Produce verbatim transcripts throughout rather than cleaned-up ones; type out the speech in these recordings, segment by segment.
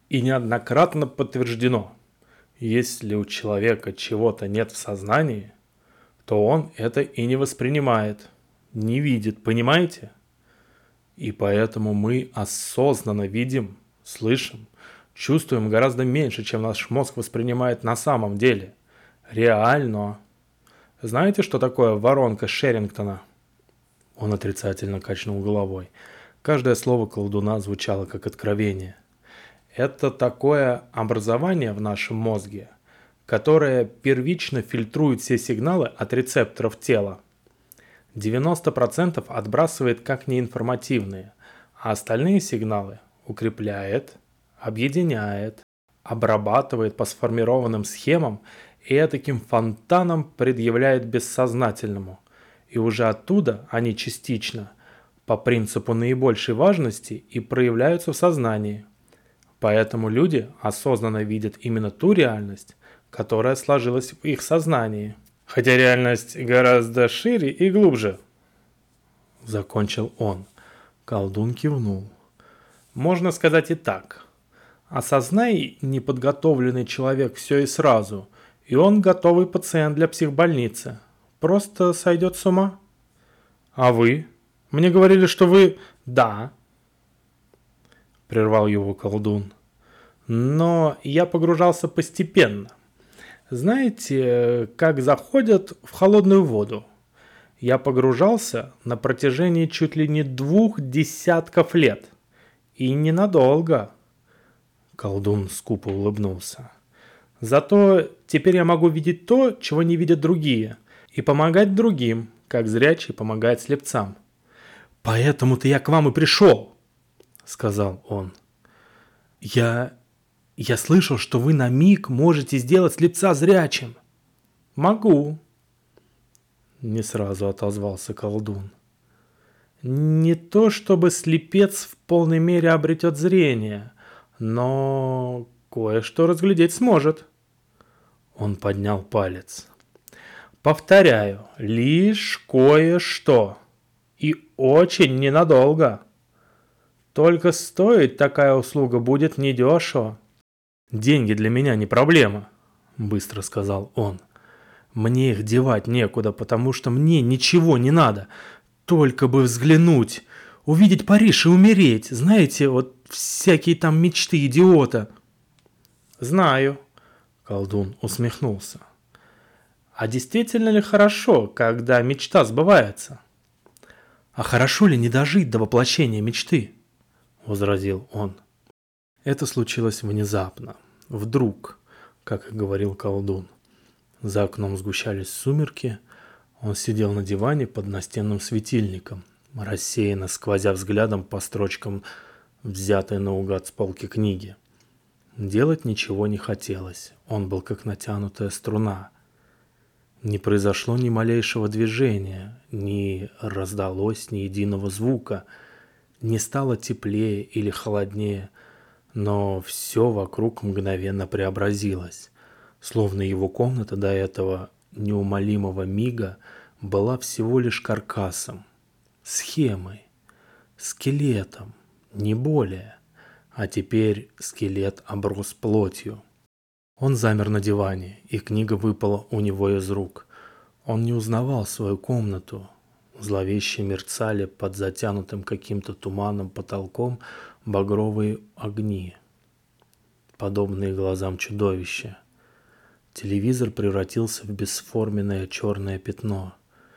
И неоднократно подтверждено, если у человека чего-то нет в сознании, то он это и не воспринимает, не видит, понимаете? И поэтому мы осознанно видим, слышим, чувствуем гораздо меньше, чем наш мозг воспринимает на самом деле. Реально. Знаете, что такое воронка Шерингтона? Он отрицательно качнул головой. Каждое слово колдуна звучало как откровение. Это такое образование в нашем мозге, которое первично фильтрует все сигналы от рецепторов тела. девяносто процентов отбрасывает как неинформативные, а остальные сигналы укрепляет, объединяет, обрабатывает по сформированным схемам и таким фонтаном предъявляет бессознательному. И уже оттуда они частично, по принципу наибольшей важности, и проявляются в сознании. Поэтому люди осознанно видят именно ту реальность, которая сложилась в их сознании. Хотя реальность гораздо шире и глубже. Закончил он. Колдун кивнул. Можно сказать и так. Осознай неподготовленный человек все и сразу, и он готовый пациент для психбольницы. Просто сойдет с ума. А вы? Мне говорили, что вы... Да. Прервал его колдун. Но я погружался постепенно. Знаете, как заходят в холодную воду? Я погружался на протяжении чуть ли не двух десятков лет. И ненадолго. Колдун скупо улыбнулся. Зато теперь я могу видеть то, чего не видят другие, и помогать другим, как зрячий помогает слепцам. «Поэтому-то я к вам и пришел», — сказал он. «Я... я слышал, что вы на миг можете сделать слепца зрячим». «Могу», — не сразу отозвался колдун. «Не то чтобы слепец в полной мере обретет зрение, но кое-что разглядеть сможет». Он поднял палец. «Повторяю, лишь кое-что. И очень ненадолго. Только стоить такая услуга будет недешево». «Деньги для меня не проблема», — быстро сказал он. «Мне их девать некуда, потому что мне ничего не надо. Только бы взглянуть, увидеть Париж и умереть. Знаете, вот всякие там мечты идиота». «Знаю», — колдун усмехнулся. «А действительно ли хорошо, когда мечта сбывается?» «А хорошо ли не дожить до воплощения мечты?» — возразил он. Это случилось внезапно, вдруг, как и говорил колдун. За окном сгущались сумерки, он сидел на диване под настенным светильником, рассеянно сквозя взглядом по строчкам взятой наугад с полки книги. Делать ничего не хотелось, он был как натянутая струна. Не произошло ни малейшего движения, не раздалось ни единого звука, не стало теплее или холоднее, но все вокруг мгновенно преобразилось, словно его комната до этого неумолимого мига была всего лишь каркасом, схемой, скелетом, не более, а теперь скелет оброс плотью. Он замер на диване, и книга выпала у него из рук. Он не узнавал свою комнату. Зловеще мерцали под затянутым каким-то туманом потолком багровые огни, подобные глазам чудовища. Телевизор превратился в бесформенное черное пятно.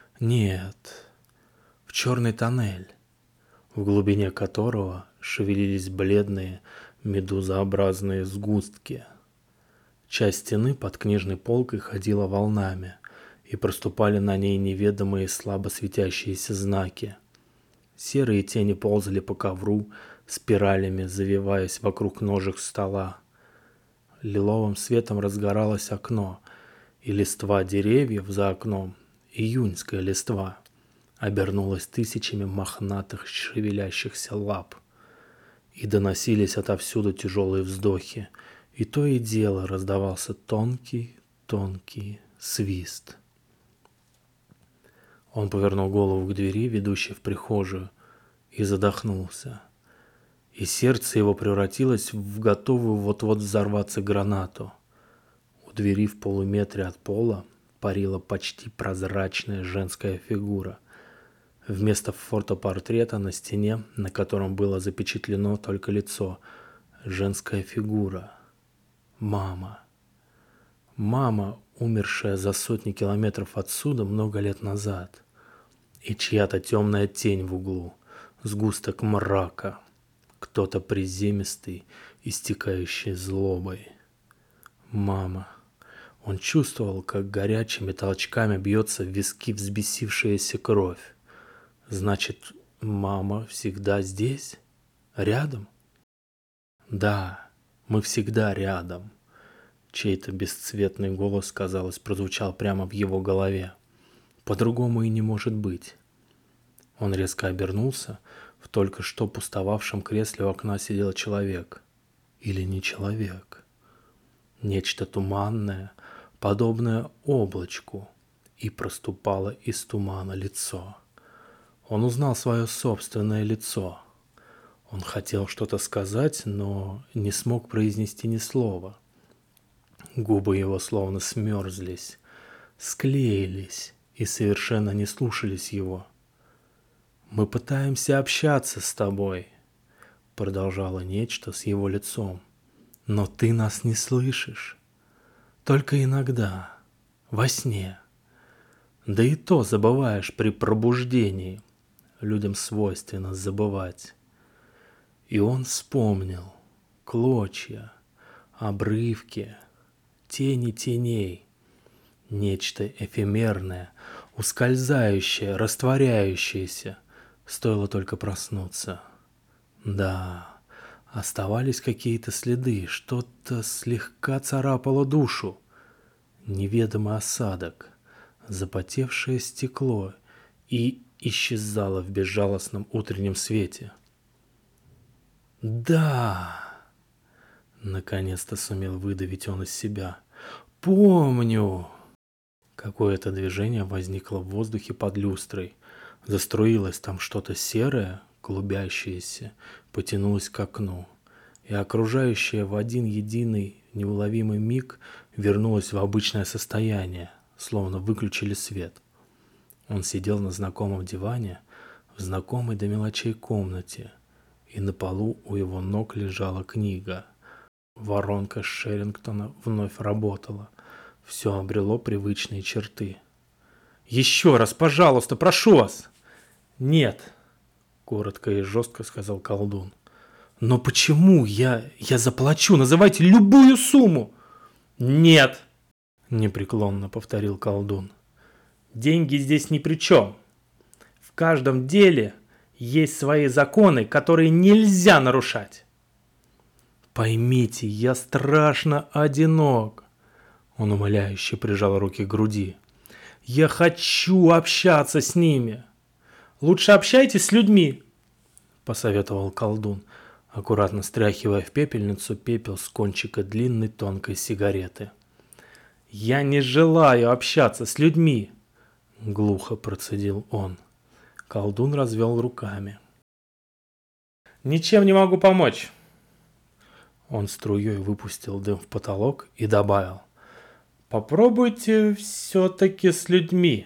Нет, в черный тоннель, в глубине которого шевелились бледные медузообразные сгустки. Часть стены под книжной полкой ходила волнами, и проступали на ней неведомые слабо светящиеся знаки. Серые тени ползали по ковру, спиралями завиваясь вокруг ножек стола. Лиловым светом разгоралось окно, и листва деревьев за окном, июньская листва, обернулась тысячами мохнатых шевелящихся лап. И доносились отовсюду тяжелые вздохи, и то и дело раздавался тонкий-тонкий свист. Он повернул голову к двери, ведущей в прихожую, и задохнулся. и сердце его превратилось в готовую вот-вот взорваться гранату. У двери в полуметре от пола парила почти прозрачная женская фигура. Вместо фотопортрета на стене, на котором было запечатлено только лицо, женская фигура. Мама. Мама, умершая за сотни километров отсюда много лет назад. И чья-то темная тень в углу, сгусток мрака. Кто-то приземистый, истекающий злобой. Мама. Он чувствовал, как горячими толчками бьется в виски взбесившаяся кровь. Значит, мама всегда здесь? Рядом? Да, мы всегда рядом. Чей-то бесцветный голос, казалось, прозвучал прямо в его голове. По-другому и не может быть. Он резко обернулся. В только что пустовавшем кресле у окна сидел человек. Или не человек. Нечто туманное, подобное облачку, и проступало из тумана лицо. Он узнал свое собственное лицо. Он хотел что-то сказать, но не смог произнести ни слова. Губы его словно смерзлись, склеились и совершенно не слушались его. «Мы пытаемся общаться с тобой», — продолжало нечто с его лицом. «Но ты нас не слышишь. Только иногда, во сне. Да и то забываешь при пробуждении. Людям свойственно забывать». И он вспомнил клочья, обрывки, тени теней. Нечто эфемерное, ускользающее, растворяющееся. Стоило только проснуться. Да, оставались какие-то следы, что-то слегка царапало душу. Неведомый осадок, запотевшее стекло и исчезало в безжалостном утреннем свете. «Да!» — наконец-то сумел выдавить он из себя. «Помню!» Какое-то движение возникло в воздухе под люстрой. Заструилось там что-то серое, клубящееся, потянулось к окну. И окружающее в один единый неуловимый миг вернулось в обычное состояние, словно выключили свет. Он сидел на знакомом диване, в знакомой до мелочей комнате, и на полу у его ног лежала книга. Воронка Шерингтона вновь работала. Все обрело привычные черты. «Еще раз, пожалуйста, прошу вас!» «Нет», — коротко и жестко сказал колдун. «Но почему? Я, я заплачу, называйте любую сумму!» «Нет», — непреклонно повторил колдун. «Деньги здесь ни при чем. В каждом деле есть свои законы, которые нельзя нарушать. Поймите, я страшно одинок». Он умоляюще прижал руки к груди. «Я хочу общаться с ними. Лучше общайтесь с людьми», — посоветовал колдун, аккуратно стряхивая в пепельницу пепел с кончика длинной тонкой сигареты. «Я не желаю общаться с людьми», — глухо процедил он. Колдун развел руками. «Ничем не могу помочь». Он струей выпустил дым в потолок и добавил: «Попробуйте все-таки с людьми».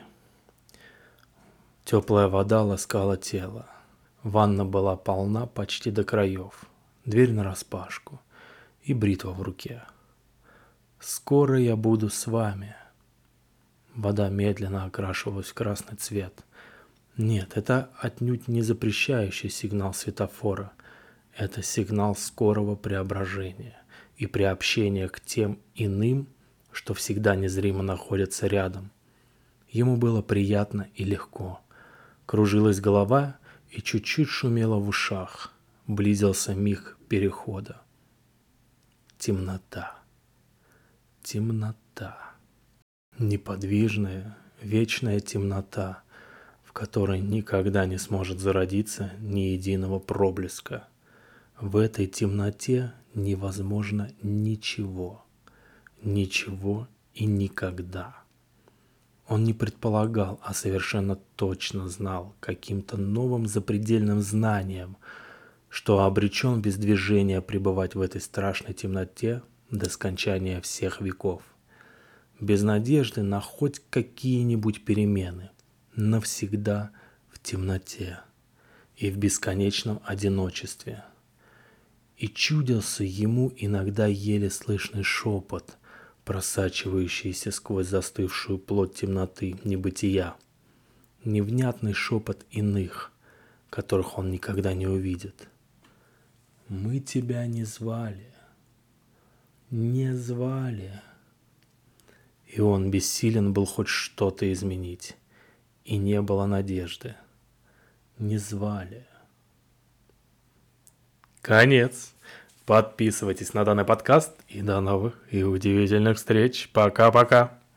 Теплая вода ласкала тело. Ванна была полна почти до краев. Дверь нараспашку и бритва в руке. «Скоро я буду с вами». Вода медленно окрашивалась в красный цвет. Нет, это отнюдь не запрещающий сигнал светофора. Это сигнал скорого преображения и приобщения к тем иным, что всегда незримо находятся рядом. Ему было приятно и легко. Кружилась голова и чуть-чуть шумело в ушах. Близился миг перехода. Темнота. Темнота. Неподвижная, вечная темнота, в которой никогда не сможет зародиться ни единого проблеска. В этой темноте невозможно ничего. Ничего и никогда. Он не предполагал, а совершенно точно знал каким-то новым запредельным знанием, что обречен без движения пребывать в этой страшной темноте до скончания всех веков, без надежды на хоть какие-нибудь перемены, навсегда в темноте и в бесконечном одиночестве. И чудился ему иногда еле слышный шепот, просачивающийся сквозь застывшую плоть темноты небытия, невнятный шепот иных, которых он никогда не увидит. «Мы тебя не звали, не звали». И он бессилен был хоть что-то изменить, и не было надежды. Не звали. Конец. Подписывайтесь на данный подкаст, и до новых и удивительных встреч. Пока-пока.